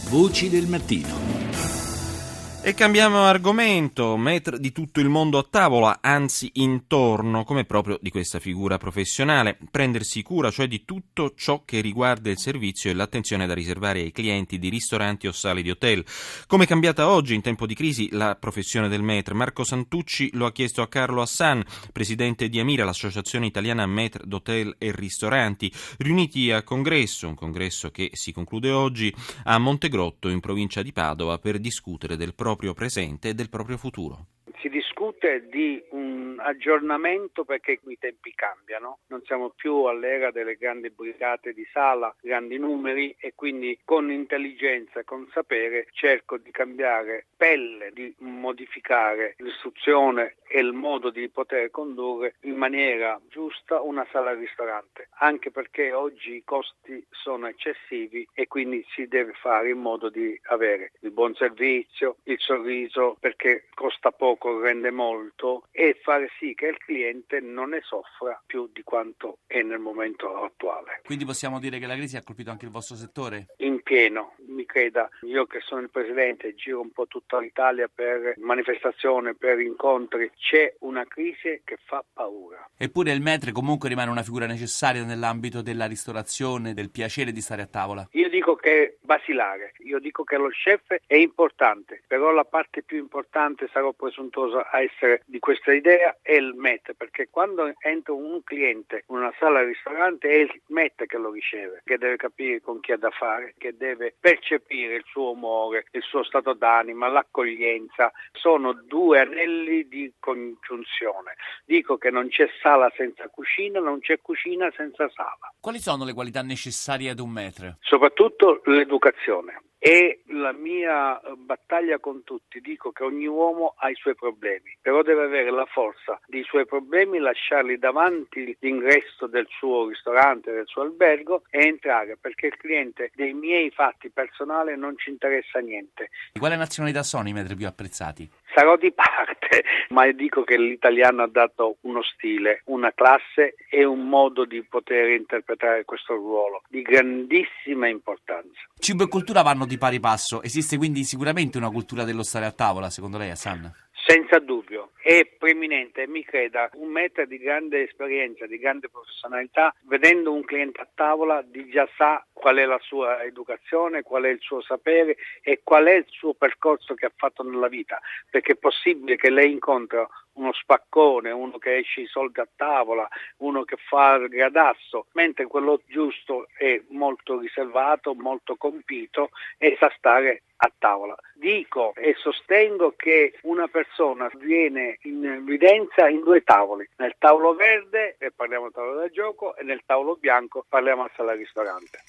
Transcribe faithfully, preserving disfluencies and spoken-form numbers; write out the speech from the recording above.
Voci del mattino. E cambiamo argomento, mettere di tutto il mondo a tavola, anzi intorno, come proprio di questa figura professionale, prendersi cura cioè di tutto ciò che riguarda il servizio e l'attenzione da riservare ai clienti di ristoranti o sale di hotel. Come è cambiata oggi in tempo di crisi la professione del maître? Marco Santucci lo ha chiesto a Carlo Hassan, presidente di Amira, l'associazione italiana maître d'hotel e ristoranti, riuniti a congresso, un congresso che si conclude oggi a Montegrotto in provincia di Padova per discutere del proprio presente e del proprio futuro. Si discute di un aggiornamento perché i tempi cambiano, non siamo più all'era delle grandi brigate di sala, grandi numeri, e quindi con intelligenza e con sapere cerco di cambiare pelle, di modificare l'istruzione e il modo di poter condurre in maniera giusta una sala ristorante, anche perché oggi i costi sono eccessivi e quindi si deve fare in modo di avere il buon servizio, il sorriso, perché costa poco, rende molto, e fare sì che il cliente non ne soffra più di quanto è nel momento attuale. Quindi possiamo dire che la crisi ha colpito anche il vostro settore? In pieno, mi creda, io che sono il presidente, giro un po' tutta l'Italia per manifestazioni, per incontri, c'è una crisi che fa paura. Eppure il maître comunque rimane una figura necessaria nell'ambito della ristorazione, del piacere di stare a tavola. Io dico che è basilare, io dico che lo chef è importante, però la parte più importante, sarò presuntuoso a essere di questa idea, è il maître, perché quando entra un cliente in una sala ristorante è il maître che lo riceve, che deve capire con chi ha da fare, che deve percepire il suo umore, il suo stato d'anima, l'accoglienza. Sono due anelli di congiunzione. Dico che non c'è sala senza cucina, non c'è cucina senza sala. Quali sono le qualità necessarie ad un maître? Soprattutto l'educazione. E la mia battaglia con tutti, dico che ogni uomo ha i suoi problemi, però deve avere la forza di suoi problemi, lasciarli davanti l'ingresso del suo ristorante, del suo albergo, e entrare, perché il cliente dei miei fatti personali non ci interessa niente. Di quale nazionalità sono i maître più apprezzati? Sarò di parte, ma dico che l'italiano ha dato uno stile, una classe e un modo di poter interpretare questo ruolo di grandissima importanza. Cibo e cultura vanno di pari passo, esiste quindi sicuramente una cultura dello stare a tavola, secondo lei, Hassan? Senza dubbio, è preminente, mi creda, un maître di grande esperienza, di grande professionalità, vedendo un cliente a tavola, di già sa qual è la sua educazione, qual è il suo sapere e qual è il suo percorso che ha fatto nella vita, perché è possibile che lei incontra uno spaccone, uno che esce i soldi a tavola, uno che fa il gradasso, mentre quello giusto è molto riservato, molto compito e sa stare a tavola. Dico e sostengo che una persona viene in evidenza in due tavoli, nel tavolo verde, e parliamo di tavolo da gioco, e nel tavolo bianco parliamo al sala ristorante.